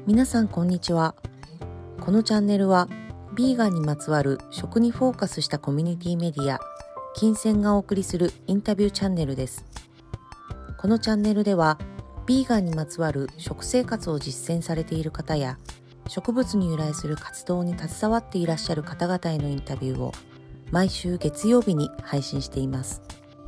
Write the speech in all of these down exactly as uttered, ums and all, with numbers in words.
皆さんこんにちは。このチャンネルはビーガンにまつわる食にフォーカスしたコミュニティメディア金銭がお送りするインタビューチャンネルです。このチャンネルではビーガンにまつわる食生活を実践されている方や植物に由来する活動に携わっていらっしゃる方々へのインタビューを毎週月曜日に配信しています。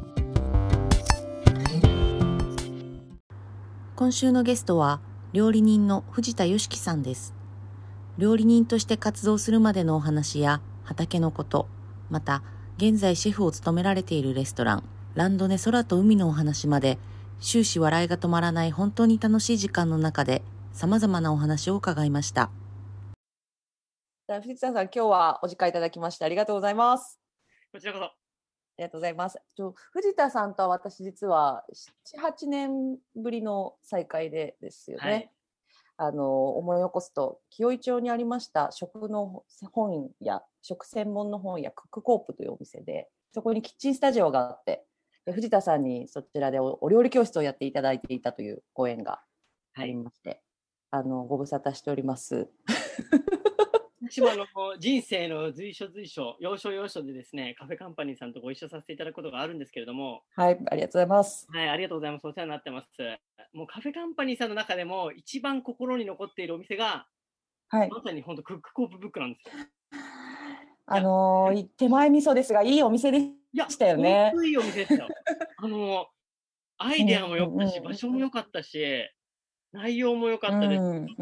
今週のゲストは料理人の藤田よしきさんです。料理人として活動するまでのお話や畑のこと、また現在シェフを務められているレストランランドネ空と海のお話まで、終始笑いが止まらない本当に楽しい時間の中で様々なお話を伺いました。藤田さん、今日はお時間いただきましてありがとうございます。 こちらこそありがとうございます。藤田さんとは私実はなな、はちねんぶりの再会でですよね。はい、あの思い起こすと紀尾井町にありました食の本や食専門の本やクックコープというお店で、そこにキッチンスタジオがあって、で藤田さんにそちらで お, お料理教室をやっていただいていたというご縁がありまして、はい、あのご無沙汰しております。 私もあの人生の随所随所要所要所でですね、カフェカンパニーさんとご一緒させていただくことがあるんですけれども、 はい、ありがとうございます。 はい、ありがとうございます。お世話になってます。もうカフェカンパニーさんの中でも一番心に残っているお店が、はい、まさに本当クックコープブックなんですよ。 あのー、手前味噌ですがいいお店でしたよね。 いや、本当いいお店でしたよ。あのアイデアも良かったし、うんうん、場所も良かったし、内容も良かったです。うんうん、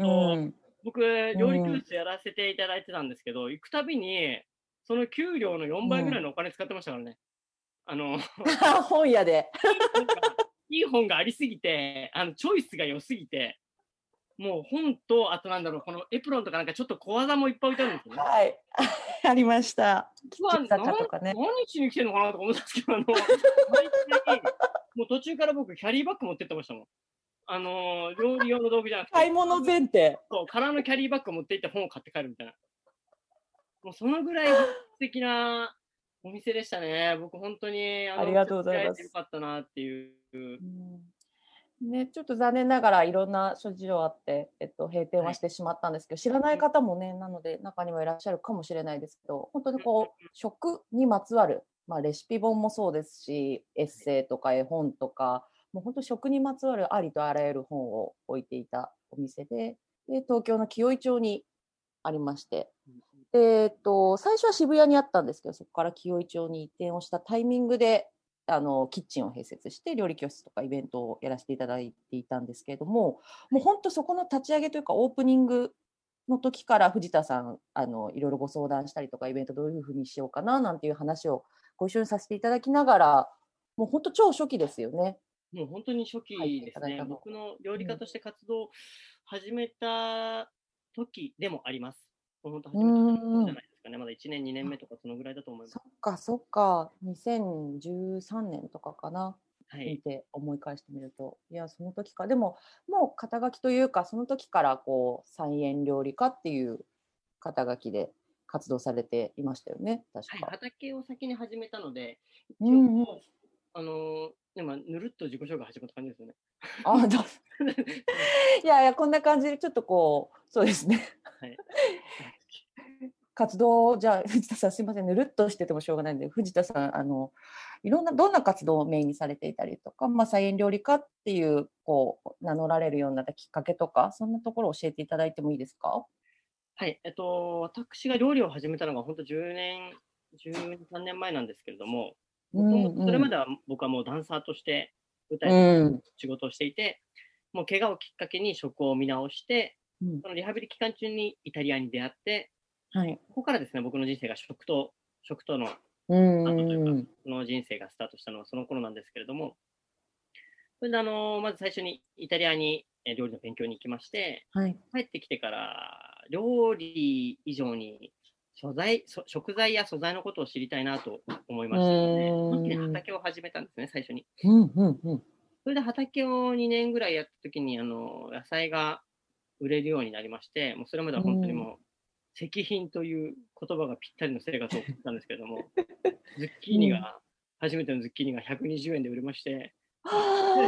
僕、料理教室やらせていただいてたんですけど、うん、行くたびにその給料のよんばいぐらいのお金使ってましたからね。うん、あの本屋でいい本がありすぎて、あのチョイスが良すぎて、もう本と、あとなんだろう、このエプロンとかなんかちょっと小技もいっぱい置いてあるんですよね。 はい、ありました。 何しに来てるのかなとか思ったんですけど、あの毎回もう途中から僕キャリーバッグ持ってってましたもん。あの料理用の道具じゃなくて、 買い物前提。 そう、空のキャリーバッグを持って行って本を買って帰るみたいな。もうそのぐらい素敵なお店でしたね。僕本当にあのありがとうございます。 よかったなっていう。 うんね、ちょっと残念ながらいろんな諸事情あって、えっと、閉店はしてしまったんですけど、はい、知らない方もね、なので中にはいらっしゃるかもしれないですけど、本当にこう食にまつわる、まあ、レシピ本もそうですし、エッセイとか絵本とか、もう本当食にまつわるありとあらゆる本を置いていたお店で、で東京の紀尾井町にありまして、で、えっと、最初は渋谷にあったんですけど、そこから紀尾井町に移転をしたタイミングであのキッチンを併設して料理教室とかイベントをやらせていただいていたんですけれども、もう本当そこの立ち上げというかオープニングの時から藤田さんあのいろいろご相談したりとか、イベントどういうふうにしようかななんていう話をご一緒にさせていただきながら、もう本当超初期ですよね。 もう本当に初期ですね。僕の料理家として活動を始めた時でもあります。うん、本当始めた頃じゃないですかね。まだいちねんにねんめとかそのぐらいだと思います。 そっかそっか、にせんじゅうさんねんとかかな。はい、見て思い返してみると、いやその時か、でももう肩書きというかその時からこう菜園料理家っていう肩書きで活動されていましたよね、確か。 はい、畑を先に始めたので、一応、うんうん、あのでもぬるっと自己紹介始まった感じですよね。 あどいやいや、こんな感じでちょっとこうそうですね。はい。活動、じゃあ藤田さんすいません、ぬるっとしててもしょうがないんで、藤田さんあのいろんなどんな活動をメインにされていたりとか、まあ、菜園料理家っていうこう名乗られるようになったきっかけとか、そんなところを教えていただいてもいいですか？ はい、えっと私が料理を始めたのが本当じゅうねんじゅうさんねんまえなんですけれども、もともとそれまでは僕はもうダンサーとして舞台で仕事をしていて、うん、もう怪我をきっかけに食を見直して、うん、そのリハビリ期間中にイタリアに出会って、はい、ここからですね、僕の人生が食と食とのスタートというか、その人生がスタートしたのはその頃なんですけれども、それであのまず最初にイタリアに料理の勉強に行きまして、はい、帰ってきてから料理以上に素材食材や素材のことを知りたいなと思いましたので、その時に畑を始めたんですね、最初に。うんうんうん、それで畑をにねんぐらいやった時にあの野菜が売れるようになりまして、もうそれまでは本当にもう石品という言葉がぴったりの生活を送ったんですけれども、ズッキーニが、うん、初めてのズッキーニがひゃくにじゅうえんで売れまして、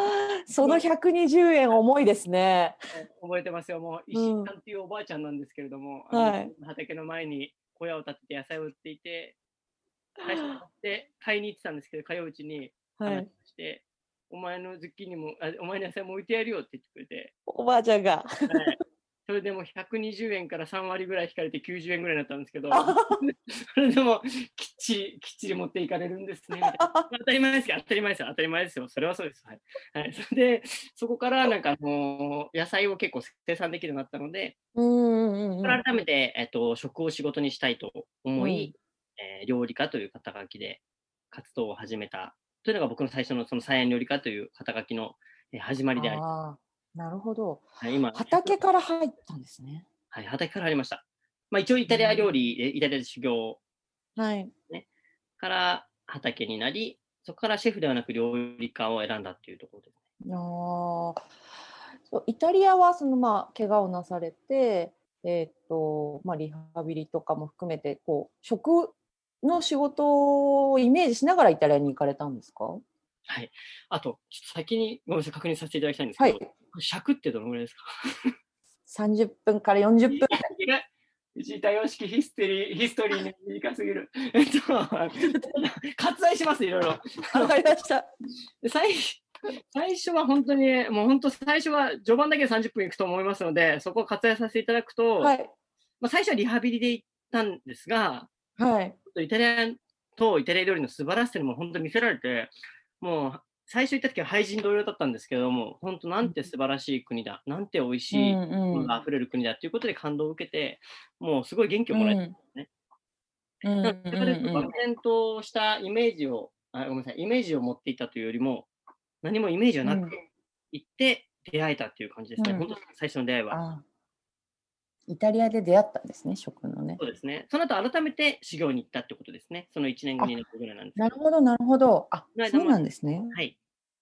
そのひゃくにじゅうえん重いですね。 覚えてますよ。もう石井さんっていうおばあちゃんなんですけれども、 うん、はい、 畑の前に小屋を建てて野菜を売っていて、最初で買いに行ってたんですけど、通ううちに話して、はい、お前のズッキーニもあ、お前の野菜も置いてやるよって言ってくれて、 おばあちゃんが。 はい、それでもひゃくにじゅうえんからさん割ぐらい引かれてきゅうじゅうえんぐらいになったんですけど、それでもきっちりきっちり持っていかれるんですねみたいな。当たり前ですよ、当たり前ですよ、当たり前ですよ、それはそうです。はいはい、それで、そこからなんかあの野菜を結構生産できるようになったので、 うんうん、 改めて、えっと、食を仕事にしたいと思い、 うん、 えー、料理家という肩書きで活動を始めたというのが僕の最初のその菜園料理家という肩書きの、えー、始まりであります。 なるほど。 はい、今畑から入ったんですね。 はい、畑から入りました。まあ、一応イタリア料理で、イタリアで修行、 はい、 ね、から畑になり、そこからシェフではなく料理家を選んだっていうところですね。 あそうイタリアはそのまあ怪我をなされて、えーとまあ、リハビリとかも含めてこう食の仕事をイメージしながらイタリアに行かれたんですか？ はい。あと、ちょっと先にごめんなさい、確認させていただきたいんですけど、はい、尺ってどのぐらいですか？ さんじゅっぷんからよんじゅっぷん。 藤田よしきヒステリー、ヒストリーに短すぎる。えっと、割愛します、いろいろ。 わかりました。 最最初は本当に、もう本当最初は序盤だけでさんじゅっぷんいくと思いますので、そこを割愛させていただくと、はい、まあ、最初はリハビリで行ったんですが、はい、イタリアとイタリア料理の素晴らしさにも本当に見せられて、もう最初行った時は廃人同様だったんですけれども、本当なんて素晴らしい国だ、なんて美味しいものが溢れる国だということで感動を受けて、もうすごい元気をもらえたんですね。うんうんうんうん、それで漠然としたイメージをあ、ごめんなさい、イメージを持っていたというよりも、何もイメージはなく行って出会えたっていう感じですね、うん、本当最初の出会いは。 あイタリアで出会ったんですね、食のね。 そうですね。その後改めて修行に行ったってことですね。そのいちねんご、にねんごぐらいなんですけど。 なるほど、なるほど。あ、そうなんですね。 はい。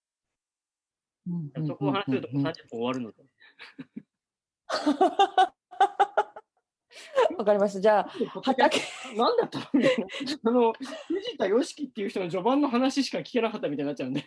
そこを話すともうさんじゅっぷん終わるので。 わかりました。じゃあ、畑。 なんだったのみたいな。あの、藤田よしきっていう人の序盤の話しか聞けなかったみたいになっちゃうんで。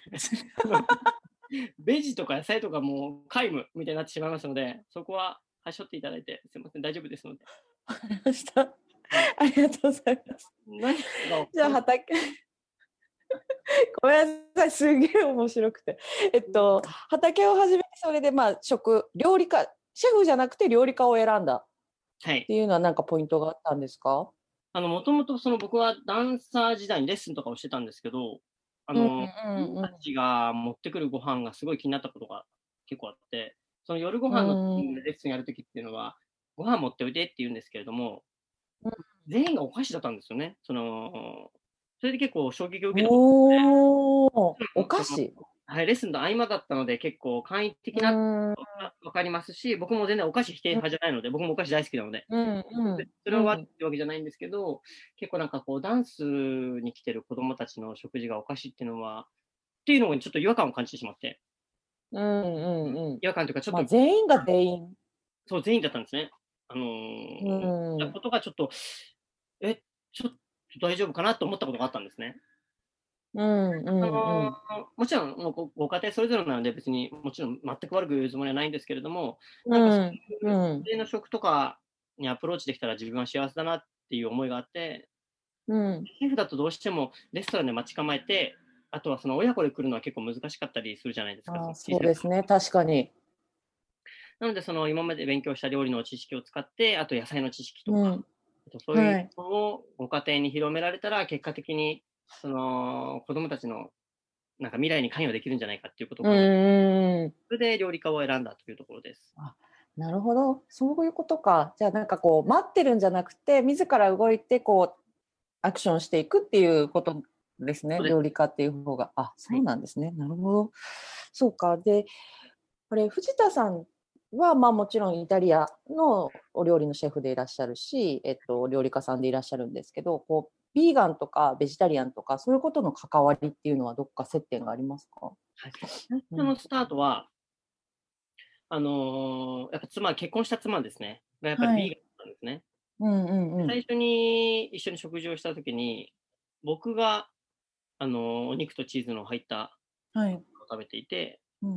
ベジとか野菜とかもう皆無みたいになってしまいますので、そこははしょっていただいて、すみません、大丈夫ですので。 わかりました。ありがとうございます。何じゃあ、畑。ごめんなさい、すげえ面白くて。えっと、畑を始めて、それでまあ、食、料理家、シェフじゃなくて料理家を選んだっていうのは何かポイントがあったんですか？はい、 あの、もともとその僕はダンサー時代にレッスンとかをしてたんですけど、あの、自分たちが持ってくるご飯がすごい気になったことが結構あって、その夜ご飯のレッスンやるときっていうのは、ご飯持っておいでって言うんですけれども、全員がお菓子だったんですよね。その、それで結構衝撃を受けたことで、 お菓子はい、レッスンの合間だったので結構簡易的なことが分かりますし、僕も全然お菓子否定派じゃないので、僕もお菓子大好きなので、うんうん、それは悪いわけじゃないんですけど、結構なんかこうダンスに来てる子どもたちの食事がお菓子っていうのは、っていうのにちょっと違和感を感じてしまって。 うんうんうん、 違和感というかちょっと、まあ、 全員が全員。 そう、全員だったんですね。あのー、うん、ことがちょっと、え、ちょっと大丈夫かなと思ったことがあったんですね。うんうんうん、もちろんもう ご, ご家庭それぞれなので別にもちろん全く悪く言うつもりはないんですけれども、なんかそういう家庭の食とかにアプローチできたら自分は幸せだなっていう思いがあって、うん、シェフだとどうしてもレストランで待ち構えて、あとはその親子で来るのは結構難しかったりするじゃないですか。 あ、そうですね、確かに。 なのでその今まで勉強した料理の知識を使って、あと野菜の知識とか、うん、あとそういうのをご家庭に広められたら、結果的にその子どもたちのなんか未来に関与できるんじゃないかっていうことを考えて、それで料理家を選んだというところです。 あ、なるほど、そういうことか。じゃあなんかこう待ってるんじゃなくて、自ら動いてこうアクションしていくっていうことですね。料理家っていう方が。あ、そうなんですね。はい、なるほど。そうか。で、これ藤田さんはまあもちろんイタリアのお料理のシェフでいらっしゃるし、えっと料理家さんでいらっしゃるんですけど、こうビーガンとかベジタリアンとかそういうことの関わりっていうのはどっか接点がありますか？はい、 最初のスタートは、うん、あのー、やっぱ妻、結婚した妻ですね。がやっぱりビーガンなんですね。はい、うんうんうん、最初に一緒に食事をしたときに、僕が、あのー、お肉とチーズの入ったを食べていて、はい、うん、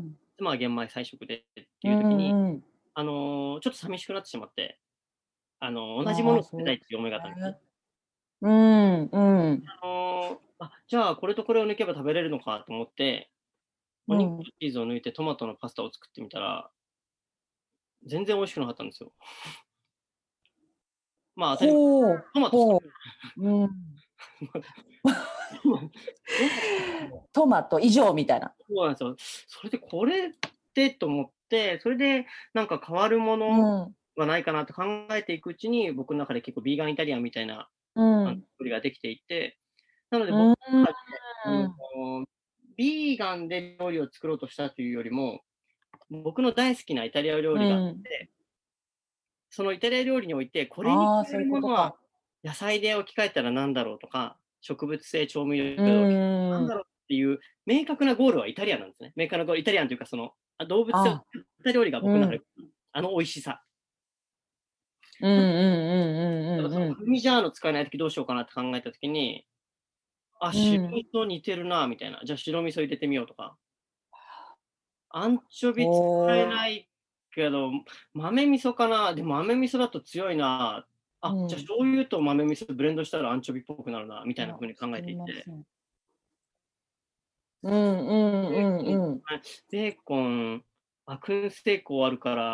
妻は玄米菜食でってういう時に、 んうん。 あのーちょっと寂しくなってしまって、あのー同じもああ、 のを食べそうでたいっていう思いがあったんですね。 すね。うんうん。 あのーあ、じゃあこれとこれを抜けば食べれるのかと思って、お肉とうん。 チーズを抜いてトマトのパスタを作ってみたら、全然美味しくなかったんですよ。まあ当たり前、 ほう、 トマト好き。 ほう。うん。 トマトトマト以上みたいな。 そうなんですよ。それでこれってと思って、それでなんか変わるもうのん。 はないかなと考えていくうちに、僕の中で結構ビーガンイタリアンみたいなうあのん。 料理ができていて、なので僕うん。 の中で、あの、ビーガンで料理を作ろうとしたというよりも、僕の大好きなイタリア料う理があっん。 て、そのイタリア料理において、これにああ、 加えそういうるものはことか。 野菜で置き換えたら何だろうとか、植物性調味料うで置き換えたら何ん。 だろうっていう明確なゴールはイタリアンなんですね。明確なゴール、イタリアンというか、そのあ動物性を使あ、 った料理がう僕の中で、 ん。 あの美味しさ。 うんうんうんうんただそのうんパルミジャーノ使えないときどうしようかなって考えたときに、あ、 うん。 白うん。 味噌似てるな、みたいな。じゃあ白味噌入れてみようとか。アンチョビ使えおー。 ないけど、豆味噌かな。でも豆味噌だと強いな。あ、じゃあうん。 醤油と豆味噌ブレンドしたらアンチョビっぽくなるな、みたいなあ、 風に考すいえていて。 ません。うんうんベーコン、 うんうん。 ベーコン、あ、燻製香あるから、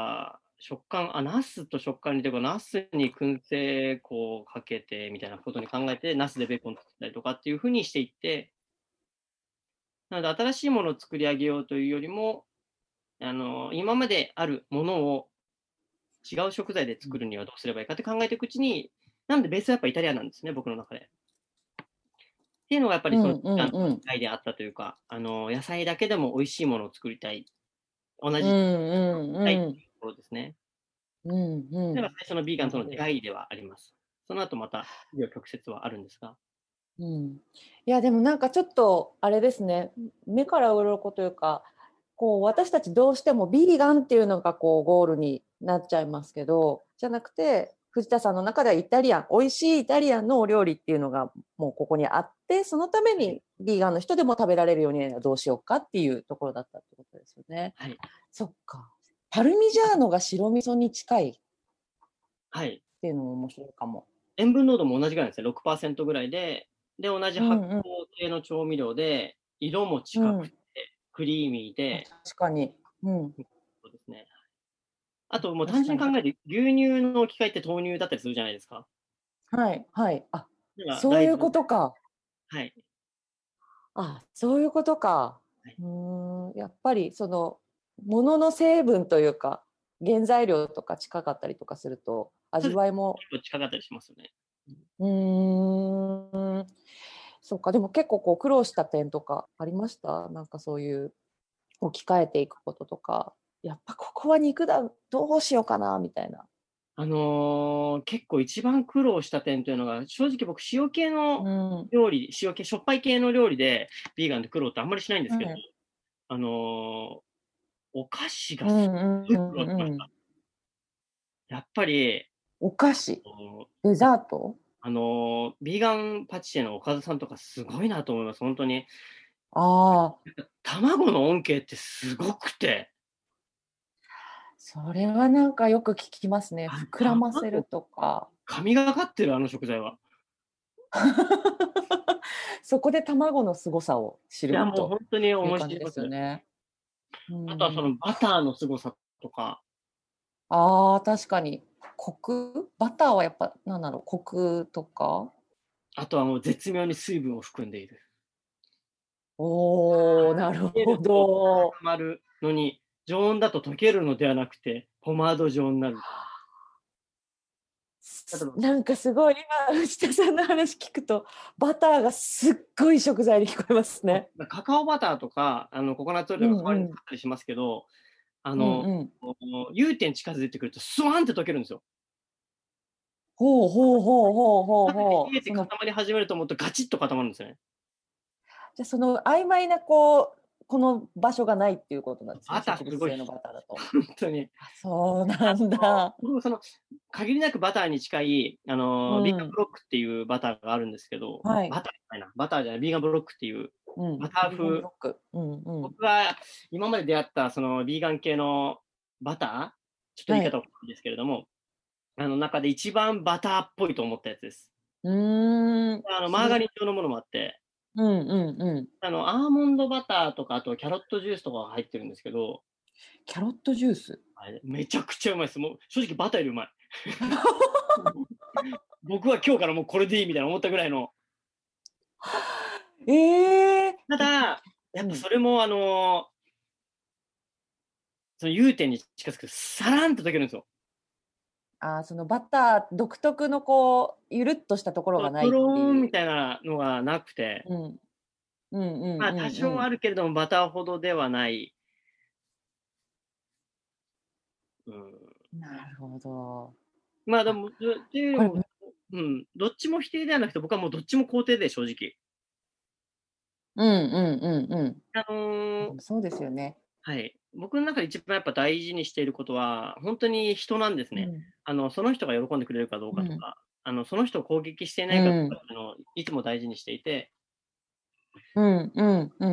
食感、あ、ナスと食感に似てるから、ナスに燻製香をかけて、みたいなことに考えて、ナスでベーコン作ったりとかっていう風にしていって、なので新しいものを作り上げようというよりも、あの、今まであるものを違う食材で作るにはどうすればいいかって考えていくうちに、なのでベースはやっぱイタリアンなんですね、僕の中で。っていうのがやっぱりその、 うんうんうん。 アイデアあったというか、あの、野菜だけでも美味しいものを作りたい。同うじんうんたいってうん。 いうところですね。 うんうそれがん。 最初のビーガンとの出なるほど。 会いではあります。その後また、紆余曲折はあるんですが。 うん。いやでもなんかちょっとあれですね。目から鱗というか、こう私たちどうしてもビーガンっていうのがこうゴールになっちゃいますけど、じゃなくて藤田さんの中ではイタリアン、美味しいイタリアンのお料理っていうのがもうここにあって、そのためはい。 にビーガンの人でも食べられるようにはどうしようかっていうところだったってことですよね。 はい。 そっか。パルミジャーノが白味噌に近いっはい。 ていうのも面白いかも。 塩分濃度も同じぐらいですね。ろくパーセントぐらいで、で、同じ発うんうん酵系の調味料で、色もう近くん。 て、クリーミーあ、 で、 確かに。うん。 そうですね。あと、もう単確かに。 純に考えて、牛乳の置き換えって豆乳だったりするじゃないですか。 はい、はい。あ、 だからそういう大豆、 ことか。 はい。 あ、そういうことか。 はい、 うーん、やっぱりそのものの成分というか原材料とか近かったりとかすると味そうです。 わいも、 結構近かったりしますよね。 うーん、そうか。でも結構こう苦労した点とかありました？なんかそういう置き換えていくこととか、やっぱここは肉だ、どうしようかなみたいな。 あのー結構一番苦労した点というのが、正直僕、塩系のうん、 料理、塩系、しょっぱい系の料理で、ビーガンで苦労ってあんまりしないんですけど、 うん、 あのーお菓子がすっうん、うん、 ごい苦労しました。 うん。 やっぱり、 お菓子、 あのデザート。 あのービーガンパティシエの岡田さんとかすごいなと思います、本当に。 ああ、 卵の恩恵ってすごくて、 それはなんかよく聞きますね。 あ、 膨らませる卵、 とか。 神がかってる、あの食材は。 そこで卵の凄さを知いや、 るともう本当にいう感じで思い知ります。 すよね。うあとはそのん。 バターの凄さとか、 ああ、確かに。コクバターはやっぱ、なんだろう、コクとか。 あとはもう絶妙に水分を含んでいる。 おお、なるほ入れるとど。 固まるのに、常温だと溶けるのではなくて、ポマード状になる。例えば、 なんかすごい今内田さんの話聞くとバターがすっごい食材に聞こえますね。 カカオバターとか、あのココナッツオイルが代わりにうんうん使ったりしますけど、あうんの、 うん。 融点近づいてくると、スワンって溶けるんですよ。 ほうほうほうほうほう食べてほう。 冷えて固そのまり始めると思うとガチッと固まるんですよね。 じゃあその曖昧なこうこの場所がないっていうことなんですね。 バタ植ーすごい、 物性のバターだと。 本当に。 あ、そうなんだ。 僕もその、限りなくバターに近い、あうの、ビーガンブん。 ロックっていうバターがあるんですけど、 はい。 バターじゃないな、バターじゃない、ビーガンブロックっていううん、 バター風。 うんうん、 僕が今まで出会ったそのビーガン系のバター、ちょっと言い方悪いんですけれども、はい、あの中で一番バターっぽいと思ったやつです。 うーん。 あのマーガリン状のものもあって、 うんうんうん。 あのアーモンドバターとか、あとキャロットジュースとかが入ってるんですけど、 キャロットジュース、 めちゃくちゃうまいです。もう正直バターよりうまい。僕は今日からもうこれでいいみたいな思ったぐらいの。 えー、 ただ、やっぱそれも、あのー、その融点に近づくと、さらんと溶けるんですよ。 あ、そのバター独特のこう、ゆるっとしたところがないっていう。 とろーんみたいなのがなくて、 うん。うんうんうんうん、 まあ多少あるけれども、バターほどではない。うん、 なるほど。 まあでも、っていうよりも、うん、どっちも否定ではなくて、僕はもうどっちも肯定で、正直。 うんうんうんうん。 あのー、 そうですよね。 はい。僕の中で一番やっぱ大事にしていることは、本当に人なんですね。うん、あの、その人が喜んでくれるかどうかとか、うん、あの、その人を攻撃していないかとかっていうのをいつも大事にしていて、 うんうんうん。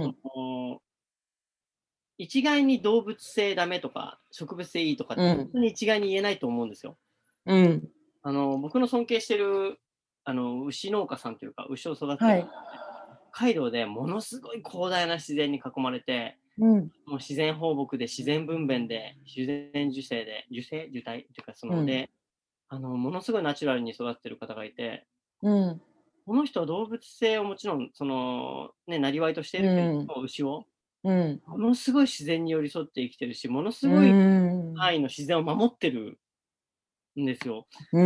一概に動物性ダメとか、植物性いいとかって、本当に一概に言えないと思うんですよ。 うん。 あの、僕の尊敬してる、あの、牛農家さんというか、牛を育ててる、 はい、 北海道でものすごい広大な自然に囲まれて、うん、もう自然放牧で、自然分娩で、自然受精で、受精受胎っていうか、そので、うん、あの、ものすごいナチュラルに育ってる方がいて、うん、この人は動物性をもちろん、その、ね、なりわいとしているけれども、うん、牛を、うん、ものすごい自然に寄り添って生きてるし、ものすごい範囲の自然を守ってるんですよ。うん。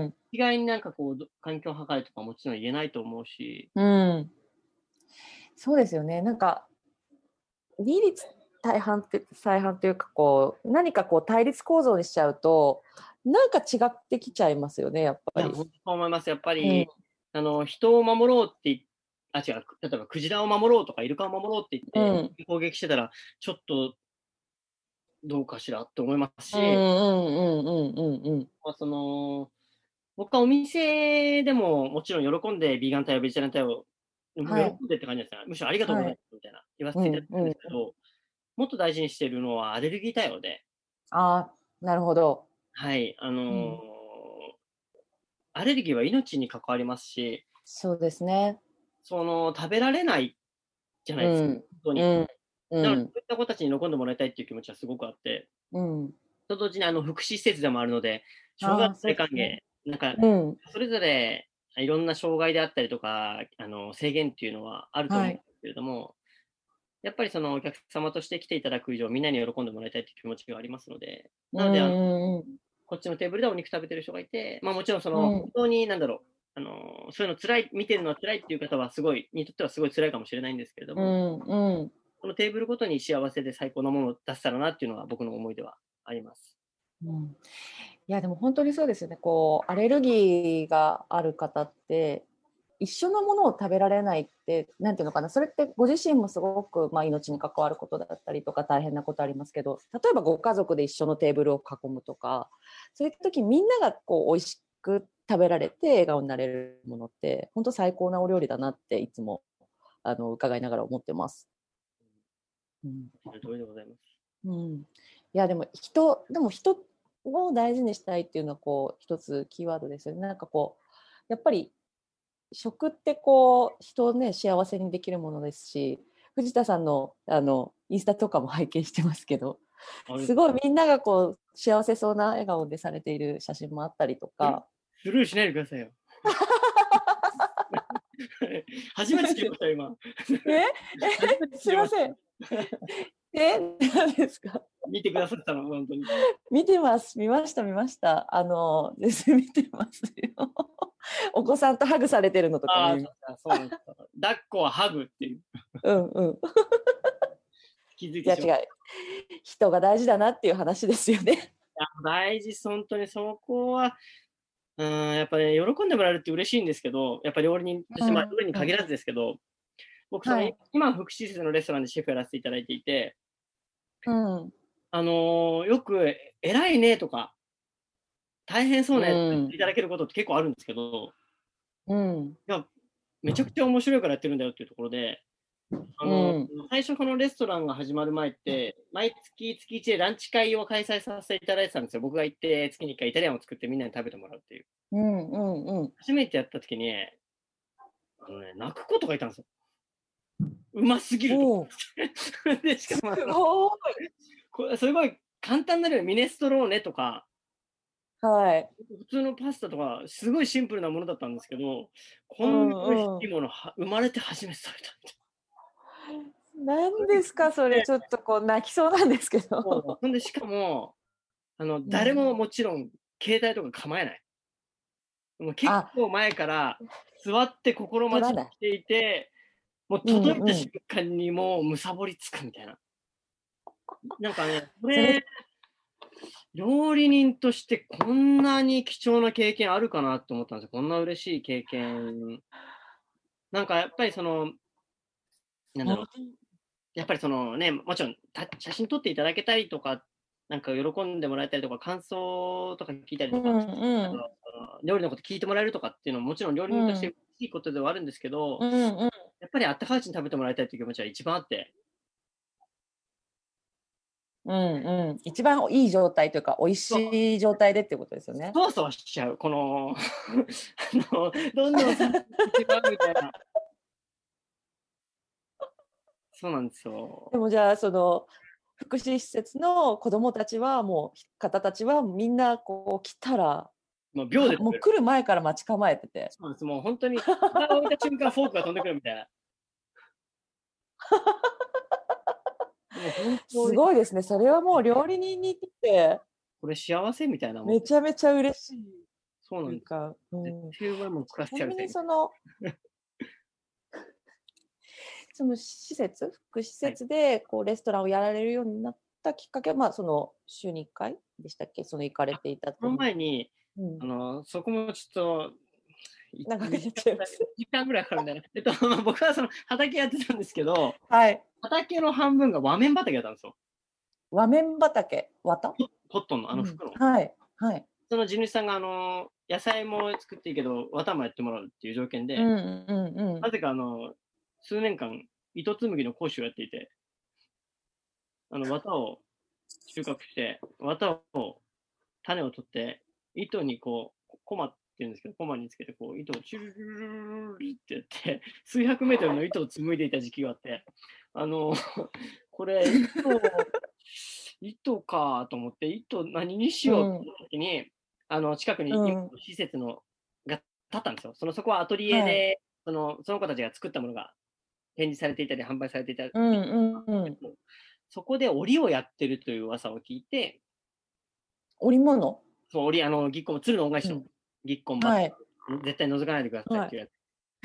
意外になんかこう、環境破壊とかもちろん言えないと思うし。 うん。そうですよね。なんか、利率大半って再半というか、こう、何かこう対立構造にしちゃうと、なんか違ってきちゃいますよね、やっぱり。 いや、本当そう思います。やっぱり、うん、あの、人を守ろうって言って、あ、違う、例えばクジラを守ろうとかイルカを守ろうって言って、攻撃してたら、ちょっとどうかしらって思いますし、その、僕はお店でももちろん喜んでビーガン対応、ベジタリアン対応、喜んでって感じですね。むしろありがとうございますみたいな言わせていただくんですけど、もっと大事にしているのはアレルギー対応で。 ああ、なるほど。 はい、あのーうん、アレルギーは命に関わりますし、 そうですね。 その食べられないじゃないですか、うん、本当に。うんうん、だからそういった子たちに喜んでもらいたいっていう気持ちはすごくあって、うん、と同時にあの福祉施設でもあるので、障害者大歓迎、ね、なんか、うん、それぞれいろんな障害であったりとか、あの制限っていうのはあると思うんですけれども、はい、やっぱりそのお客様として来ていただく以上、みんなに喜んでもらいたいという気持ちがありますので、なので、あのこっちのテーブルでお肉食べてる人がいて、まあ、もちろんその、本当になんだろう、あのそういうの辛い、見てるのは辛いっていう方はすごい、にとってはすごい辛いかもしれないんですけれども、うんうん、このテーブルごとに幸せで最高なものを出せたらなっていうのが僕の思いではあります。 うん、いやでも本当にそうですよね。こうアレルギーがある方って一緒のものを食べられないってなんていうのかな、それってご自身もすごく、まあ、命に関わることだったりとか大変なことありますけど、例えばご家族で一緒のテーブルを囲むとか、そういう時みんながこう美味しく食べられて笑顔になれるものって本当最高なお料理だなっていつもあの伺いながら思ってます。 うん、その通りでございます。 うん、いやでも人でも人を大事にしたいっていうのはこう一つキーワードですよね。なんかこうやっぱり食ってこう人をね幸せにできるものですし、藤田さんのあのインスタとかも拝見してますけど、すごいみんながこう幸せそうな笑顔でされている写真もあったりとか。 スルーしないでくださいよ。初めて聞きました今。 ええすいません。え何ですか。 見てくださったの本当に。 見てます見ました見ました。あのです見てますよ。お子さんとハグされてるのとかも。 ああそうなんですか。抱っこはハグっていう。 うんうん。 気づいてしまう。 いや違う。人が大事だなっていう話ですよね。いや大事本当にそこは。うん、やっぱり、ね、喜んでもらえるって嬉しいんですけど、やっぱり料理人として、まあ、料理に限らずですけど、僕その、はい、今、福祉施設のレストランでシェフやらせていただいていて、うん、あのー、よく、偉いねとか、大変そうねって言っていただけることって結構あるんですけど、うん、いや、めちゃくちゃ面白いからやってるんだよっていうところで、 あの、 うん最初このレストランが始まる前って、毎月月いちでランチ会を開催させていただいてたんですよ。僕が行って月にいっかいイタリアンを作ってみんなに食べてもらうっていう。 うんうんうん。 初めてやった時に、あのね、泣く子とかいたんですよ。うますぎると。 おお、 で、しすかもあの、 ごい。 これすごい簡単な料理、ミネストローネとか、 はい。 普通のパスタとか、すごいシンプルなものだったんですけど、こうんな美味しんうん。 いものは生まれて初めて食べたみたい何ですかそれ、 な。で、 ちょっとこう泣きそうなんですけど。 そうほんで、しかも、あの、 うん、 誰ももちろん携帯とか構えない。もう結あ、 構前から座って心待ち取らない。 にしていて、もううん届いた瞬うん。 間にもうむさぼりつくみたいな。なんかね、こそれ、 れ、料理人としてこんなに貴重な経験あるかなと思ったんですよ。こんな嬉しい経験。なんかやっぱりその、なんだろう。やっぱりそのね、もちろんた写真撮っていただけたりとか、なんか喜んでもらえたりとか、感想とか聞いたりとか、 うんあとうん。 料理のこと聞いてもらえるとかっていうのももちろん料理人としてうん嬉しいことではあるんですけど、 うんうん。 やっぱりあったかいうちに食べてもらいたいという気持ちは一番あって、 うんうん。一番いい状態というか、美味そうしい状態でっていうことですよね。 そわそわしちゃう、このあの、どんどん冷めてしまうみたいな。そうなんですよ。 でもじゃあ、その、福祉施設の子どもたちは、もう、方たちはみんなこう来たら、 もう秒では食べる。 もう来る前から待ち構えてて。 そうなんです。もう本当に、蓋を置いた瞬間フォークが飛んでくるみたいな。もう本当に、 すごいですね。それはもう料理人にとってこれ幸せみたいなもん。 めちゃめちゃ嬉しいそうなんです。 というか、う絶ん。 対うまいもん食わせてやるぜちなみにみたいな。 その、その施設、福祉施はい。 設でこうレストランをやられるようになったきっかけは、まあ、その週にいっかいでしたっけ、その行かれあ、 ていたってそのいうのも。 前に、 うん。 あの、そこもちょっと、い長くなっ 2時間ぐらい、 ちゃいます。 時間ぐらいかかるんだよね。えっと、まあ、僕はその畑やってたんですけど、 はい。 畑の半分が和面畑だったんですよ。 和面畑、綿。 ポポットンのあうん。 の袋。 はい。はい。 その地主さんが、あの、野菜も作っていいけど、綿もやってもらうっていう条件で、 うんうんうん。 なぜか、あの、数年間、糸紡ぎの講師をやっていて、あの、綿を収穫して、綿を、種を取って、糸にこう、コマって言うんですけど、コマにつけて、こう、糸をチュルルルルルルってやって、数百メートルの糸を紡いでいた時期があって、あの、これ、糸、糸かと思って、糸何にしうようってん。 思った時に、あの、近くに今うん。 の施設のが建ったんですよ。その、そこはアトリエはい。 で、その、その子たちが作ったものが展示されていたり、販売されていたり、 うんうんうん。 そこで織りをやってるという噂を聞いて、 織物。 そう、織り、あの、ぎっこん、鶴の恩返しのうん。 ぎっこんバッはい。 ト、絶対覗かないでくださいっはい。 ていうやつ。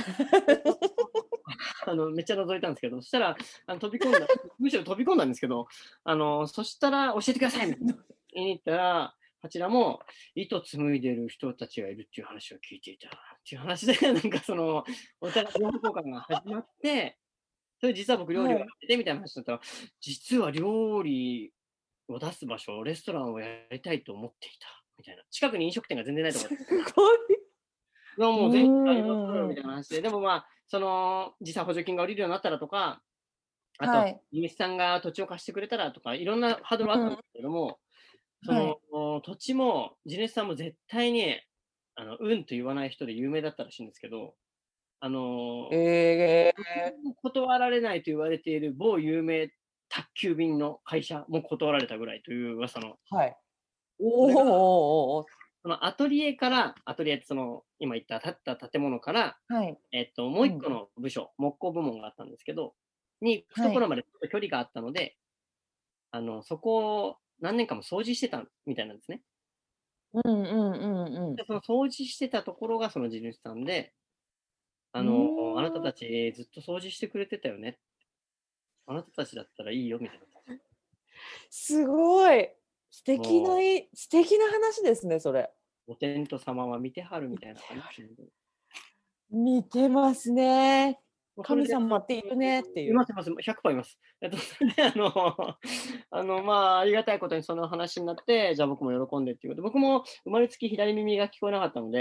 あの、めっちゃ覗いたんですけど、そしたら、あの飛び込んだ、むしろ飛び込んだんですけど、あの、そしたら教えてくださいみたいな。言いに行ったら、こちらも糸紡いでる人たちがいるっていう話を聞いていたっていう話で、なんかその、お互い情報交換が始まって、それ実は僕料理をはい。 やっててみたいな話だったら、実は料理を出す場所、レストランをやりたいと思っていたみたいな。近くに飲食店が全然ないところすごい。 いや、 うもうぜひありますんうんうん。 みたいな話で、でもまあ、その、実際補助金が下りるようになったらとか、あとは、 はい。 地主さんが土地を貸してくれたらとか、いろんなハードルあっうん。 たんですけれども、そはい。 の、土地も、地主さんも絶対に、あの、うんと言わない人で有名だったらしいんですけど、あの、 ええ。 断られないと言われている某有名宅急便の会社も断られたぐらいという噂の、 はい。おそれが、 お、おお。 そのアトリエから、アトリエってその、今言った建った建物から、 はい。 えっと、もううん。 一個の部署、木工部門があったんですけど、に行くとはい。 ころまでちょっと距離があったので、あの、そこを何年間も掃除してたみたいなんですね。 うんうんうんで、その掃除してたところがその地主さんで、あうの、あなたん。うーん。 たちずっと掃除してくれてたよね。あなたたちだったらいいよみたいな。 すごい。素敵なもい素敵な話ですね、それ。 う、お天道様は見てはるみたいな話で。 見てますね。神もうそれで、あの、 様っているねっていう。 います、います、ひゃくパーセントいます。えっと、それで、あの、あの、まあ、ありがたいことにその話になって、じゃあ僕も喜んでっていうことで、僕も生まれつき左耳が聞こえなかったので、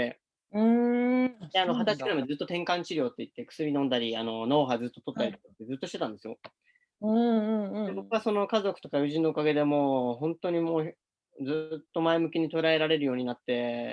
うーん。 で、あの、 そうなんだ。 二十歳くらいまでずっと転換治療って言って薬飲んだり、あの、脳波ずっと取ったりとかってずっとしてたんですよ。 うんうんで、 うん僕はその家族とか友人のおかげでもう、本当にもう、ずっと前向きに捉えられるようになって、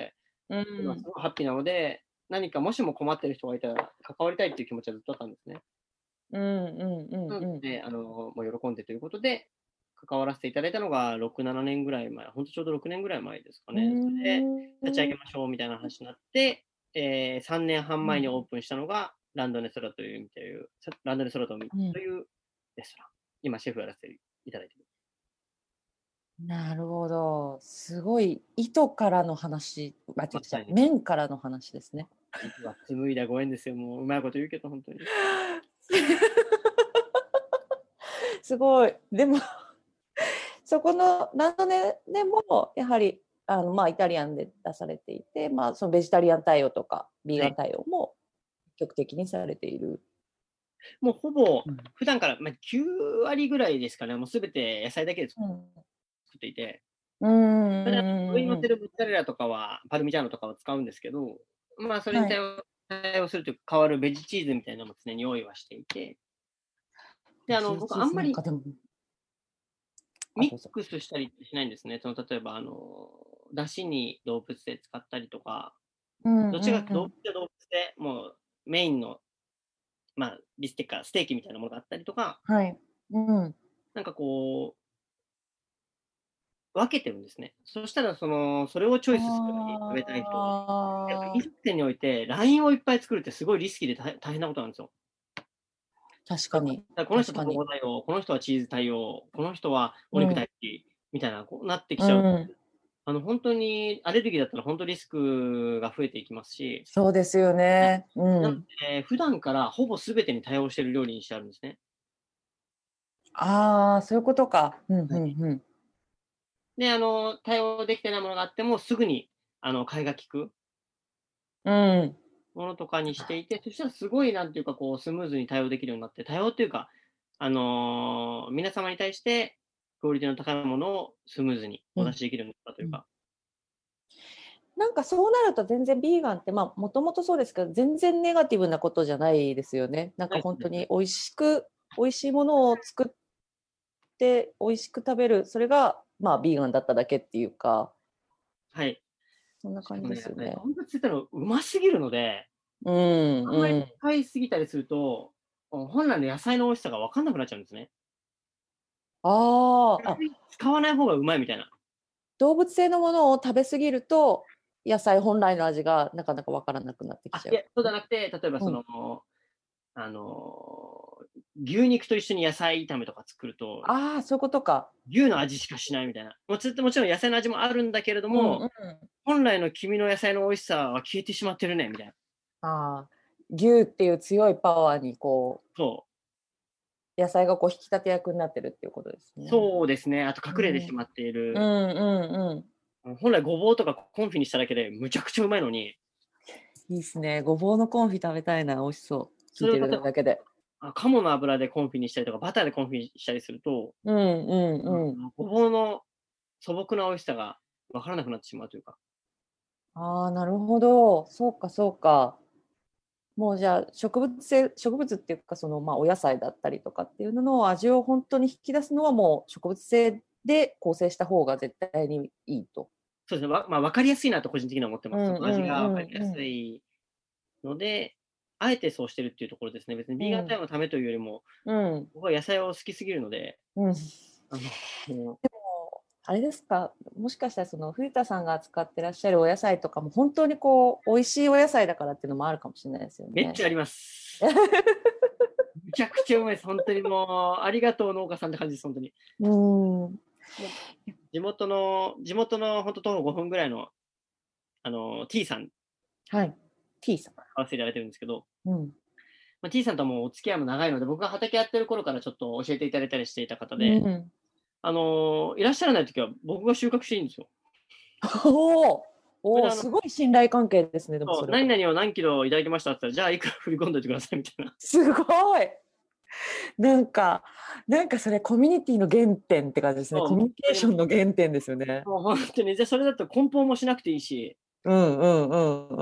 うん。 今すごいハッピーなので、何かもしも困ってる人がいたら関わりたいっていう気持ちはずっとあったんですね。 うんうんうんうん。 なので、あの、もう喜んでということで、関わらせていただいたのがろく、ななねんぐらい前、本当ちょうどろくねんぐらい前ですかうね。それで立ち上ーん。 げましょうみたいな話になって、えー、さんねんはんうん前にオープンしたのが、ランドネソラという、というランドネソラとうん。 いうレストラン。今、シェフやらせていただいています。 なるほど。すごい糸からの話、あ、違う違う、 まさに、 面からの話ですね。 実は紡いだご縁ですよ。もう、うまいこと言うけど、本当に。 すごい。でもそこのランドネでもやはりあの、まあ、イタリアンで出されていて、まあ、そのベジタリアン対応とかビーガンはい。 対応も積極的にされている。 もうほぼ、 うん普段から、まあ、きゅう割ぐらいですかね。もうすべて野菜だけで作うんっていて、 うんそれであの上に乗うんうん。 ってるモッツァレラとかは、パルミジャーノとかは使うんですけど、まあ、それにはい。 対応対応するというか、変わるベジチーズみたいなのも常に用意はしていて、で、あの、 ベジーチー僕あんまりズなんかでも、あ、どうぞ。 ミックスしたりしないんですね。その、例えば、あの、だしに動物性使ったりとか、 うんどっちかうんうん。 というと動物性動物性、もうメインの、まあ、ビステッカー、ステーキみたいなものがあったりとか、 はい。うん。 なんかこう、分けてるんですね。そしたら、その、それをチョイスするのに食べたい人は、やっぱ飲ああ、 食店において、ラインをいっぱい作るってすごいリスキーで大大変なことなんですよ。だか確かに。 らこの人確かに。 卵対応、この人はチーズ対応、この人はお肉大うん。 好き、みたいな、こうなってきうちゃう。 ん。 あの、本当にアレルギーだったら本当リスクが増えていきますし、 そうですよね。うなのん。 で、普段からほぼ全てに対応している料理にしてあるんですね。 ああ、そういうことか。うんうはい。 んうん。 で、あの、対応できてないものがあっても、すぐに、あの、買いが利くうん。 ものとかにしていて、そしたらすごい、なんていうか、こう、スムーズに対応できるようになって、対応っていうか、あのー皆様に対して、クオリティの高いものをスムーズにお出うんしできるようになったといううん。 か、 なんかそうなると全然ビーガンってまあもともとそうですけど全然ネガティブなことじゃないですよね。なんかはい、 本当に美味しく美味しいものを作って美味しく食べるそれがまあビーガンだっただけっていうかはい。 そんな感じしかもね、やっぱりですよね。 豚骨って言ったらうますぎるので、 うんあんまりうん。 使いすぎたりすると、本来の野菜の美味しさが分かんなくなっちゃうんですね。 あーあ、 使わない方がうまいみたいな。 動物性のものを食べ過ぎると野菜本来の味がなかなかわからなくなってきあ、 ちゃう。 いや、そうじゃなくて、例えばうん。 その、あの、牛肉と一緒に野菜炒めとか作ると、 ああ、そういうことか。 牛の味しかしないみたいな。もちもちろん野菜の味もあるんだけれども、 うんうん。 本来の君の野菜の美味しさは消えてしまってるね、みたいな。 ああ、牛っていう強いパワーにこうそう。 野菜がこう引き立て役になってるっていうことですね。 そうですね。あとうん、うん隠れてしまっている。 うんうん。 本来ごぼうとかコンフィにしただけでむちゃくちゃうまいのに、 いいですね。ごぼうのコンフィ食べたいな。美味しそう。聞いてそれを例えば、 るだけで。 あ鴨の油でコンフィにしたりとか、バターでコンフィしたりすると、 うんうんうん。 ごぼうの素朴な美味しさが分からなくなってしまうというか。 ああ、なるほど。そうかそうか。もうじゃあ植物性植物っていうかそのまあお野菜だったりとかっていうのの味を本当に引き出すのはもう植物性で構成した方が絶対にいいと。 そうですね。わまあ、分かりやすいなと個人的には思ってます。そうんうの味が分かりやんうんすいので、あえてそうしてるっていうところですね。別にビーガンタイうんムのためというよりも、 うん僕は野菜を好きすぎるので、 うん。 あの、もあれですか、もしかしたらその藤田さんが扱ってらっしゃるお野菜とかも本当にこう美味しいお野菜だからっていうのもあるかもしれないですよね。 うめっちゃあります。むちゃくちゃうまいです。本当にもう、ありがとう農家さんって感じです、本当に。 うん。 もう地元の、地元の本当徒歩ごふんぐらいの、あの、T さん、 はい。T さん。 合わせていただいてるんですけど、 うん。 まあ、T さんともお付き合いも長いので、僕が畑やってる頃からちょっと教えていただいたりしていた方で、 うん。 あのいらっしゃらないときは僕が収穫していいんですよ。 おお、おお、 それであの、 すごい信頼関係ですね。でもそうそれは。 何々を何キロいただきましたって言ったら、じゃあいくら振り込んでおいてくださいみたいな。 すごい。なんか、なんかそれコミュニティの原点って感じですね。 そう、 コミュニケーションの本当に原点ですよね。 もう本当に、じゃあそれだと梱包もしなくていいし、 うんうんうんうん。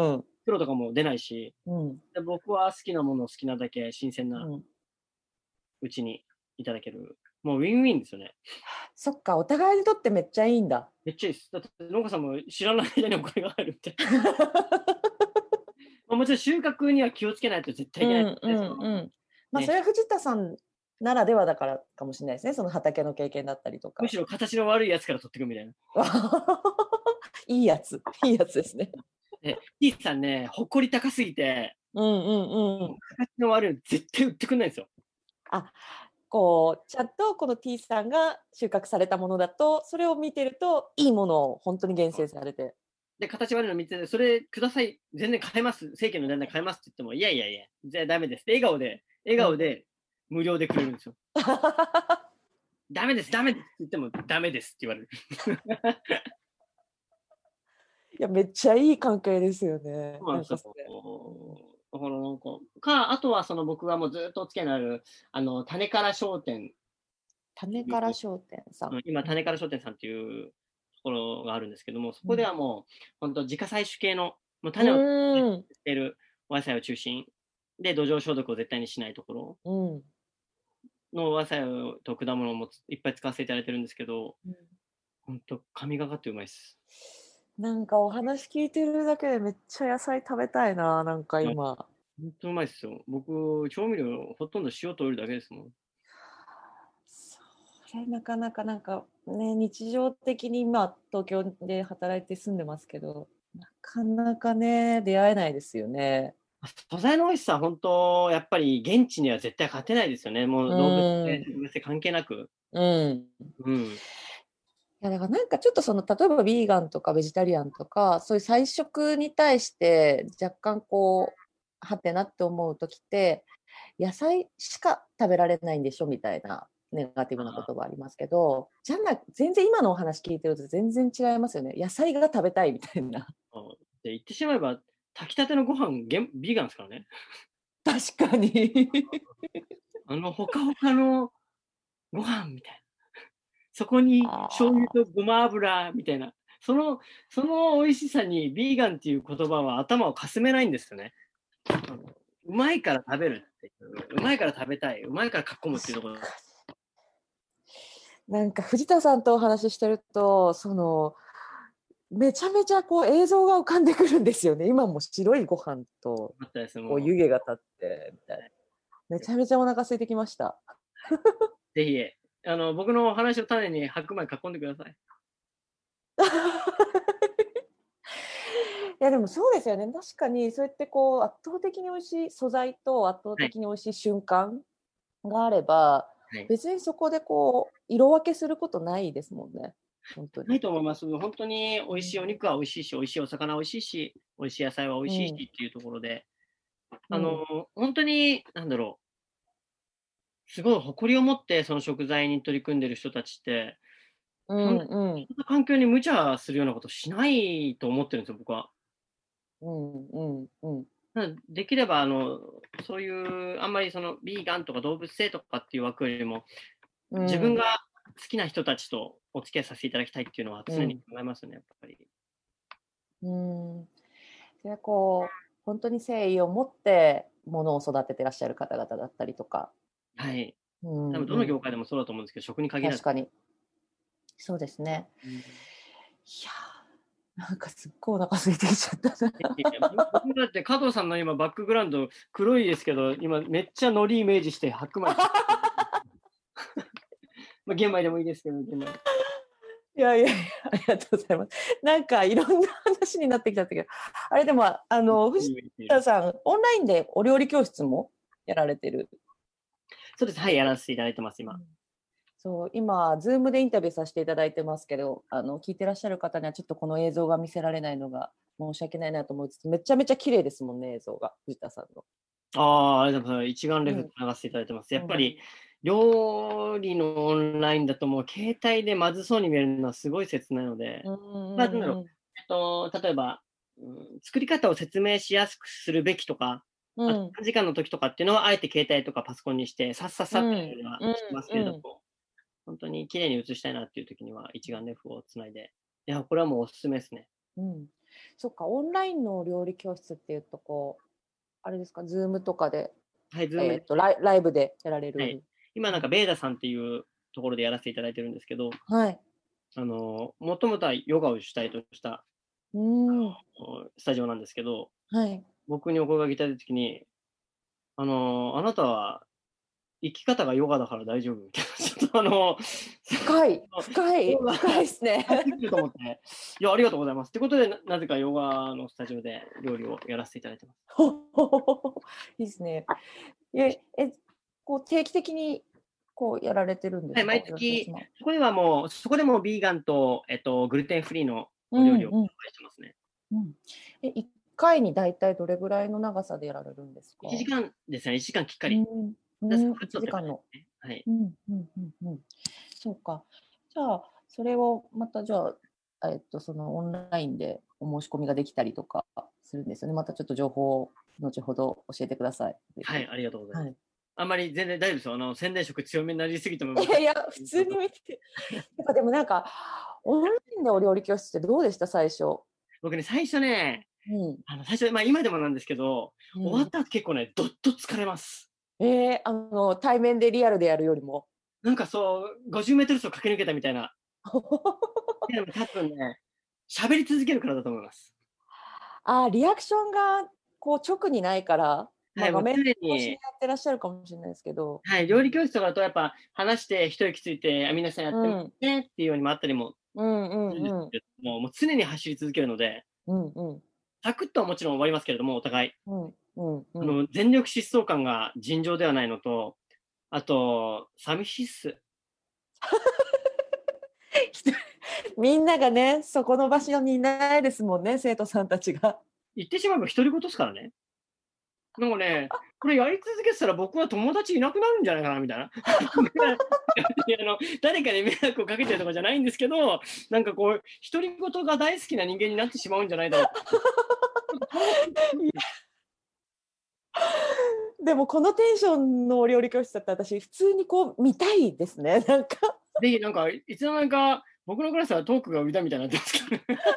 黒とかも出ないし、 うん。 で僕は好きなものを好きなだけ新鮮なうん。 うちにいただける。もうウィンウィンですよね。 そっか、お互いにとってめっちゃいいんだ。 めっちゃいいです。だって農家さんも知らない間にお金が入るみたいな。まあもちろん収穫には気をつけないと絶対いけないうんうんですよ。 うん。まあ、 ねそれは藤田さんならではだからかもしれないですね。その畑の経験だったりとか。 むしろ形の悪いやつから取っていくみたいな。 いいやつ、いいやつですね。 で、T さんね、誇り高すぎて、 うんうんうん。 形の悪いの絶対売ってくんないんですよ。 あ、こうちゃんとこの T さんが収穫されたものだと、それを見てるといいものを本当に厳選されて。 で、形悪いの見て、それください、全然買えます、正規の値段で買えますって言っても、いやいやいや、じゃあダメです。笑顔で、笑顔で無料でくれるんですよ。ダメです、ダメですって言っても、ダメですって言われる。 いや、めっちゃいい関係ですよね。 そうなんですよ。だからなんか、か、あとはその僕がもうずっとお付き合いのある、あの、種から商店。 種から商店さん。 今、種から商店さんっていうところがあるんですけども、そこではもう、本当自家採取系の、もう種を作っているお野菜を中心で、土壌消毒を絶対にしないところのお野菜と果物もいっぱい使わせていただいてるんですけど、本当神がかってうまいです。 なんかお話聞いてるだけでめっちゃ野菜食べたいな、なんか今。 本当うまいですよ。僕、調味料ほとんど塩とオイルだけですもん。 それなかなかなんかね、日常的に今東京で働いて住んでますけど、なかなかね、出会えないですよね。 素材の美味しさは本当、やっぱり現地には絶対勝てないですよね。もう動物性、植物性関係なく。 うん。 うん。 いやだからなんかちょっとその例えばビーガンとかベジタリアンとかそういう菜食に対して若干こうはてなって思う時って野菜しか食べられないんでしょみたいなネガティブな言葉ありますけど、じゃな全然今のお話聞いてると全然違いますよね。野菜が食べたいみたいな。 で言ってしまえば炊きたてのご飯ビーガンですからね。 確かにあのほかほかのご飯みたいな。そこに醤油とごま油みたいな。その、その美味しさにビーガンっていう言葉は頭をかすめないんですよね。うまいから食べるっていう。うまいから食べたい。うまいからかっこむっていうところ。 なんか藤田さんとお話ししてると、そのめちゃめちゃこう映像が浮かんでくるんですよね。今も白いご飯とこう湯気が立ってみたいな。めちゃめちゃお腹空いてきました。 ぜひあの僕のお話を種に白米囲んでください。 いやでもそうですよね。確かにそうやってこう圧倒的に美味しい素材と圧倒的に美味しい瞬間があれば、はい、別にそこでこう色分けすることないですもんね。本当にないと思います。本当に美味しいお肉は美味しいし、美味しいお魚は美味しいし、美味しい野菜は美味しいしっていうところで、うん、あの、本当に、なんだろう、すごい誇りを持ってその食材に取り組んでる人たちって、うんうん、そんな環境に無茶するようなことしないと思ってるんですよ、僕は。 うんうんうん、 できればあの、そういう、あんまりそのビーガンとか動物性とかっていう枠よりも、うん、自分が好きな人たちとお付き合いさせていただきたいっていうのは常に考えますね、やっぱり。 うん、それこう本当に誠意を持ってものを育ててらっしゃる方々だったりとか。 はい。うん、多分どの業界でもそうだと思うんですけど、食に限らず。 確かに。そうですね。うん、いやなんかすっごいお腹空いてきちゃったな。 僕だって加藤さんの今バックグラウンド黒いですけど、今めっちゃ海苔イメージして白米。まあ玄米でもいいですけど、玄米。 いやいやいや、ありがとうございます。なんかいろんな話になってきちゃったけど、あれでもあの藤田さんオンラインでお料理教室もやられてる。 そうです、はい、やらせていただいてます今。うん、 そう今、ズームでインタビューさせていただいてますけど、あの聞いてらっしゃる方にはちょっとこの映像が見せられないのが申し訳ないなと思いつつ、めちゃめちゃ綺麗ですもんね、映像が、藤田さんの。 ああ、ありがとうございます。一眼レフ流していただいてます。うん、やっぱり、料理のオンラインだともう携帯でまずそうに見えるのはすごい切ないので、まあ、なんだろう、えっと、例えば、うん、作り方を説明しやすくするべきとか、うん、あと短時間の時とかっていうのは、あえて携帯とかパソコンにして、さっさっさっていうのはしてますけれども、うんうんうん、本当に綺麗に写したいなっていう時には一眼レフをつないで、いや、これはもうおすすめですね。 うん。そっか、オンラインの料理教室っていうと、こう、あれですか、ズームとかで、 はい、ズームで。 えっと、ライライブでやられはい。 る。 今なんか、ベーダさんっていうところでやらせていただいてるんですけど、 はい。 あの、もともとはヨガを主体としたうん。 スタジオなんですけど、 はい。 僕にお声がけいただいたときに、あの、あなたは生き方がヨガだから大丈夫みたいな、ちょっとあの、 深い、深い、 ヨガ深いですね。 できると思って、いや、ありがとうございます。ってことで、ななぜかヨガのスタジオで料理をやらせていただいてます。 ほほほほほいいですね。え、え、こう定期的にこうやられてるんではい、 すか？ 毎月、 吉田様。 そこではもう、そこでもビーガンと、えっと、グルテンフリーのうお料理を販んうん売してますね。 うん。え、いっかいにだいたいどれぐらいの長さでやられるんですか？ いちじかんですね、いちじかんきっかり。 うん、 で、サうん、1 クッとって感時間の。 じですね。はい。 うん、うん、うん、うん。そうか。じゃあ、それをまたじゃあ、えっと、そのオンラインでお申し込みができたりとかするんですよね。またちょっと情報を後ほど教えてください。ぜひ。 はい、ありがとうございます。 はい。 あんまり全然大丈夫ですよ。あの、宣伝色強めになりすぎても。 いやいや、普通に見てて。やっぱでもなんか、オンラインでお料理教室ってどうでした最初？ 僕ね、最初ね、 うん。 あの、最初、まあ今でもなんですけど、 うん、 終わった後結構ね、どっと疲れます。 えー、あの、対面でリアルでやるよりも。 なんかそう、ごじゅうメートル走駆け抜けたみたいな。でも多分ね、喋り続けるからだと思います。 あ、リアクションがこう直にないから、まあ、 はい、もう画面常越しにに、 やってらっしゃるかもしれないですけど。 はい、料理教室とかだとやっぱ話して一息ついて、あ、皆さんやってますうん、 ねっていうようにもあったりもうんうするんですんうんけども、もう常に走り続けるので、 うんうんサクッとはもちろん終わりますけれども、お互い。 うんうんうん。 あの、全力疾走感が尋常ではないのと、あと、寂しいっす。 みんながね、そこの場所にいないですもんね、生徒さんたちが。 言ってしまえば独り言ですからね。なんかね、これやり続けてたら僕は友達いなくなるんじゃないかなみたいな。あの誰かに迷惑をかけてるとかじゃないんですけど、なんかこう、独り言が大好きな人間になってしまうんじゃないだろう。 でもこのテンションのお料理教室だったら私普通にこう見たいですね、なんか。 ぜひなんか、いつの間にか僕のクラスはトークが売りだみたいになってますけどね。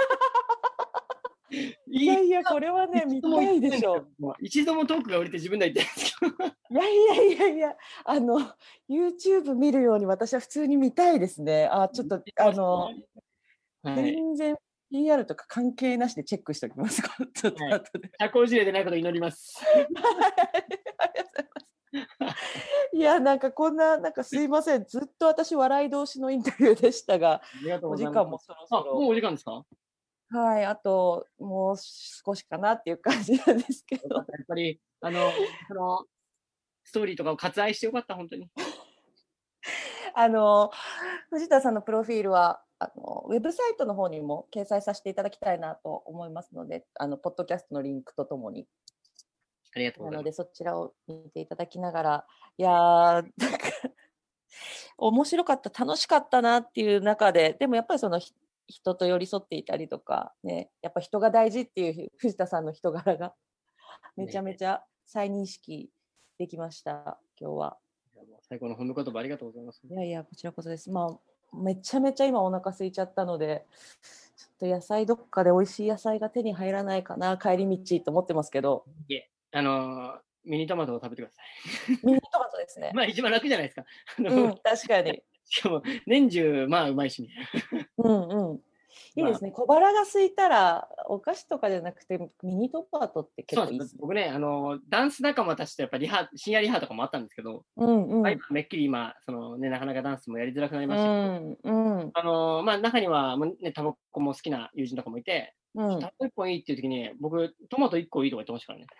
いやいや、これはね、見たいでしょ。 一度もトークが売りって自分で言ってるんですけど。 いやいやいやいや、あの、YouTube 見るように私は普通に見たいですね。あ、ちょっと、あの、 はい、 全然 ピーアール とか関係なしでチェックしておきます。ちょっと後で。 社交辞令でないことを祈ります。 ありがとうございます。いや、なんかこんな、なんかすいません。ずっと私笑い同士のインタビューでしたが、お時間もそろそろ。 あ、もうお時間ですか？ はい、あともう少しかなっていう感じなんですけど。 やっぱり、あの、その、ストーリーとかを割愛してよかった、本当に。 あの、藤田さんのプロフィールは、あの、ウェブサイトの方にも掲載させていただきたいなと思いますので、あの、ポッドキャストのリンクとともに。 ありがとうございます。 なので、そちらを見ていただきながら、いやー、なんか面白かった、楽しかったなっていう中で、でもやっぱりその人と寄り添っていたりとか、ね、やっぱ人が大事っていう藤田さんの人柄がめちゃめちゃ再認識できました、今日は。 最高の褒め言葉ありがとうございます。 いやいや、こちらこそです。まあ、めちゃめちゃ今お腹空いちゃったので、ちょっと野菜どっかで美味しい野菜が手に入らないかな、帰り道と思ってますけど。 いえ、あのー、ミニトマトを食べてください。 ミニトマトですね。 まあ一番楽じゃないですか。 うん、確かに。 しかも年中まあうまいしみたいな。 うんうん。いいですね。小腹が空いたらお菓子とかじゃなくてミニトマトって結構いいですね。 僕ね、あのダンス仲間たちとやっぱリハ、深夜リハとかもあったんですけど、 うんうん、 今めっきり今そのねなかなかダンスもやりづらくなりましたけど、 うんうん、 あのまあ中にはねタバコも好きな友人とかもいて、 うん、 タバコいっぽんいいっていう時に僕トマトいっこいいとか言ってましたからね。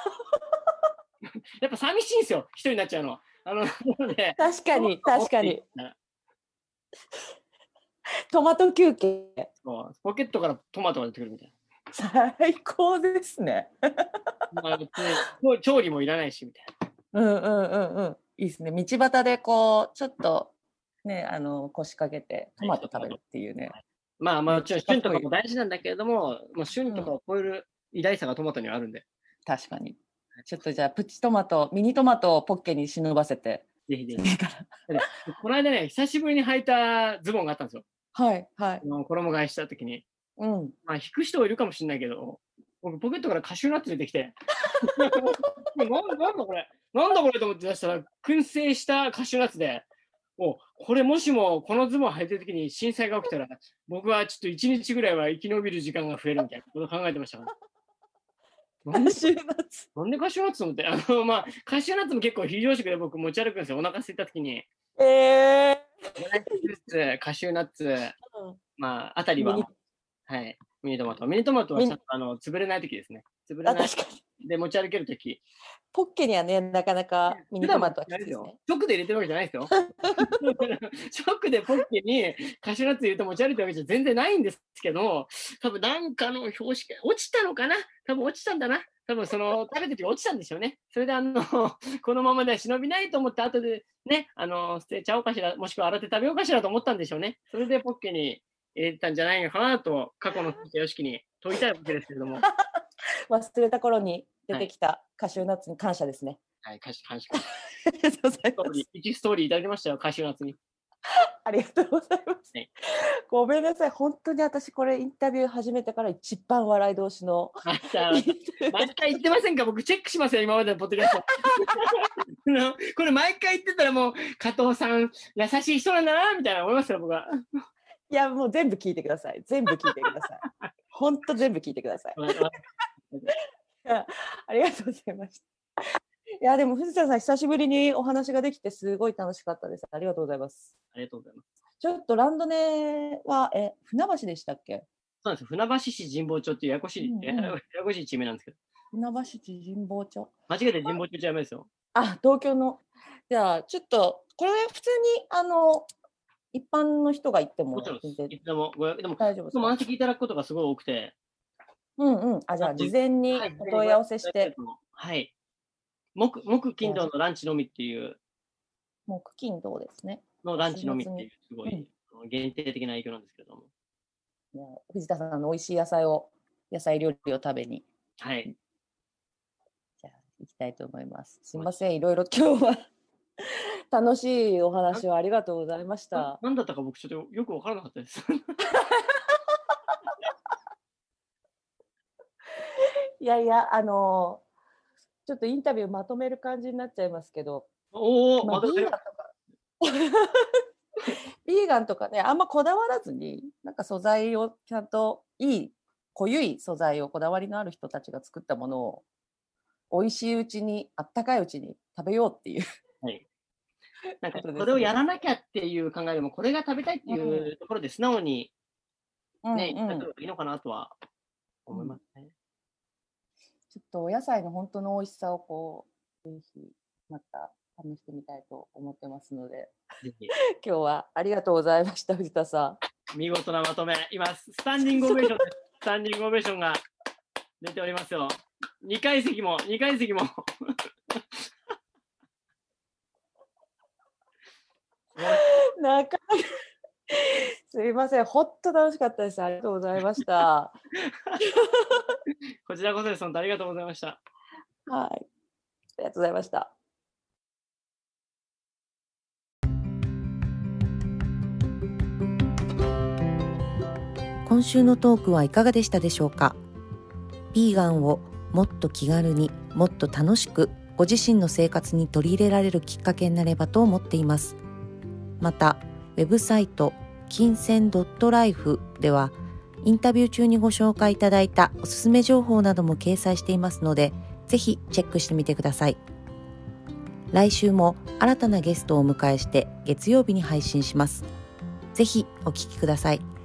やっぱ寂しいんですよ、一人になっちゃうのは。あの確かに確かに。トマト休憩。 そうポケットからトマトが出てくるみたいな。最高ですね。 まあ、調理もいらないしみたいな。うんうんうんうん。いいですね。道端でこうちょっとねあの腰掛けてトマト食べるっていうね。 はい、まあまあ旬とかも大事なんだけれども、もう旬とかを超える偉大さがトマトにはあるんで。 確かに。ちょっとじゃあプチトマト、ミニトマトをポッケに忍ばせて。 ぜひぜひ。この間ね、久しぶりに履いたズボンがあったんですよ。 はいはい。 衣替えした時に。 うん。 まあ、引く人はいるかもしれないけど、僕、ポケットからカシューナッツ出てきて、なん、なんだこれ、なんだこれと思って出したら、燻製したカシューナッツで、お、これもしもこのズボン履いてる時に震災が起きたら、僕はちょっといちにちぐらいは生き延びる時間が増えるみたいなことを考えてましたから。 カシューナッツ。 なんでカシューナッツと思って、あの、まあ、カシューナッツも結構非常食で僕持ち歩くんですよ。お腹空いた時に。 ええー。カシューナッツ、 ー。うん。 まあ、あたりは、 ミニはい、ミニトマト。ミニトマトはちゃんとあの潰れない時ですね。潰れあ、 ない確かに。 で持ち歩ける時。 ポッケにはね、なかなかミニトマトはきついですね。 ショックで入れてるわけじゃないですよ。ショックでポッケにカシューナッツ入れて持ち歩いてるわけじゃ全然ないんですけど、多分なんかの標識、落ちたのかな多分落ちたんだな。多分その食べてる時落ちたんでしょうね。それであの、このままでは忍びないと思って後でね、あの、捨てちゃおうかしら、もしくは洗って食べようかしらと思ったんでしょうね。それでポッケに入れてたんじゃないのかなと、過去のよしきに問いたいわけですけれども。 忘れた頃に出てきたカシューナッツに感謝ですね。 はい、感謝、感謝。 ありがとうございます。 いちストーリーいただきましたよ、カシューナッツに。 ありがとうございます。 はい、 ごめんなさい、本当に私これインタビュー始めてから一番笑い同士の。 毎回言ってませんか？僕チェックしますよ、今までのポッドキャスト。これ毎回言ってたらもう、加藤さん、優しい人なんだな、みたいな思いますよ、僕は。 いや、もう全部聞いてください。全部聞いてください。本当全部聞いてください。ありがとうございました。いや、でも藤田さん、久しぶりにお話ができてすごい楽しかったです。ありがとうございます。 ありがとうございます。 ちょっとランドネは、え、船橋でしたっけ？ そうなんですよ。船橋市神保町っていうややこしい、うんうん、ややこしい地名なんですけど。 船橋市神保町。 間違えて神保町じゃないですよ。 あ、東京の。じゃあ、ちょっと、これ普通に、あの、一般の人が行っても全然いつでもでも大丈夫ですか？ 満席いただくことがすごい多くて。 うんうん。あ、じゃあ事前にお問い合わせして。 はい。木、木金土のランチのみっていう。 木金土ですね。 のランチのみっていう、すごい、うん、限定的な影響なんですけれども。 いや、藤田さんの美味しい野菜を、野菜料理を食べに。 はい。 じゃあ、行きたいと思います。すいません。いろいろ今日は楽しいお話をありがとうございました。 何だったか僕ちょっとよく分からなかったです。 いやいや、あのー、ちょっとインタビューまとめる感じになっちゃいますけど、 おお、 まあ、ビーガンとかビーガンとかね、あんまこだわらずに、なんか素材をちゃんといい、濃ゆい素材をこだわりのある人たちが作ったものを、美味しいうちに、あったかいうちに食べようっていう。 はい。なんか、これをやらなきゃっていう考えでも、これが食べたいっていうところで素直に、ね、 うんうん、 いいのかなとは思いますね。うん、 ちょっとお野菜の本当の美味しさをこう、ぜひ、また試してみたいと思ってますので、今日はありがとうございました、藤田さん。見事なまとめ。今、スタンディングオベーションです。スタンディングオベーションが出ておりますよ。にかい席も、にかい席も。 なかなかすいません、本当楽しかったです。ありがとうございました。 こちらこそです。本当ありがとうございました。 はい、ありがとうございました。 今週のトークはいかがでしたでしょうか？ビーガンをもっと気軽に、もっと楽しく、ご自身の生活に取り入れられるきっかけになればと思っています。また、ウェブサイト金銭 .life では、インタビュー中にご紹介いただいたおすすめ情報なども掲載していますので、ぜひチェックしてみてください。来週も新たなゲストをお迎えして月曜日に配信します。ぜひお聞きください。